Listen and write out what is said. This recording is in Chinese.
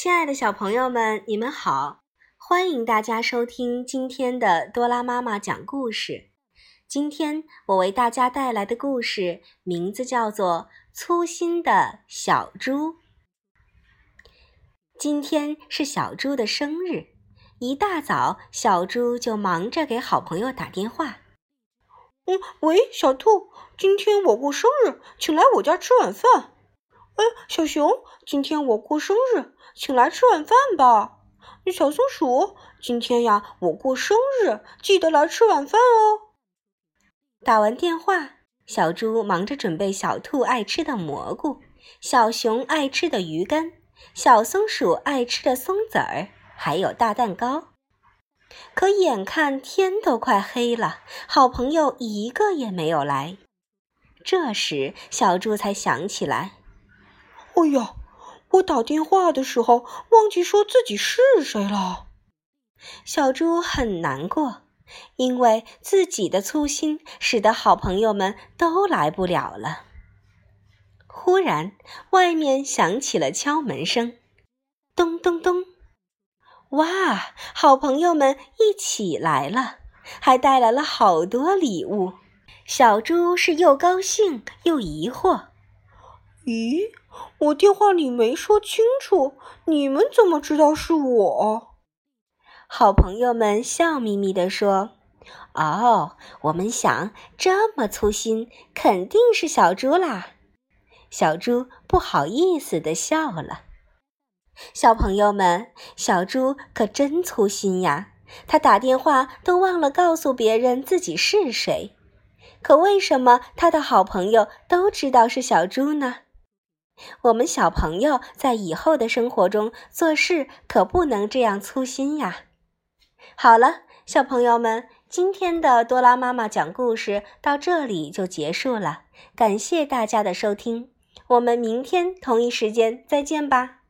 亲爱的小朋友们，你们好，欢迎大家收听今天的多拉妈妈讲故事。今天我为大家带来的故事名字叫做《粗心的小猪》。今天是小猪的生日，一大早小猪就忙着给好朋友打电话。 喂，小兔，今天我过生日，请来我家吃晚饭。小熊，今天我过生日，请来吃晚饭吧。小松鼠，今天呀，我过生日，记得来吃晚饭哦。 打完电话，小猪忙着准备小兔爱吃的蘑菇，小熊爱吃的鱼干，小松鼠爱吃的松子儿，还有大蛋糕。可眼看天都快黑了，好朋友一个也没有来。这时小猪才想起来， 哎呀，我打电话的时候忘记说自己是谁了。 小猪很难过，因为自己的粗心使得好朋友们都来不了了。忽然，外面响起了敲门声，咚咚咚。哇，好朋友们一起来了，还带来了好多礼物。小猪是又高兴又疑惑。 咦，我电话里没说清楚，你们怎么知道是我？ 好朋友们笑眯眯地说，我们想这么粗心，肯定是小猪啦。小猪不好意思地笑了。小朋友们，小猪可真粗心呀，他打电话都忘了告诉别人自己是谁。可为什么他的好朋友都知道是小猪呢？我们小朋友在以后的生活中做事可不能这样粗心呀。好了，小朋友们，今天的多拉妈妈讲故事到这里就结束了，感谢大家的收听，我们明天同一时间再见吧。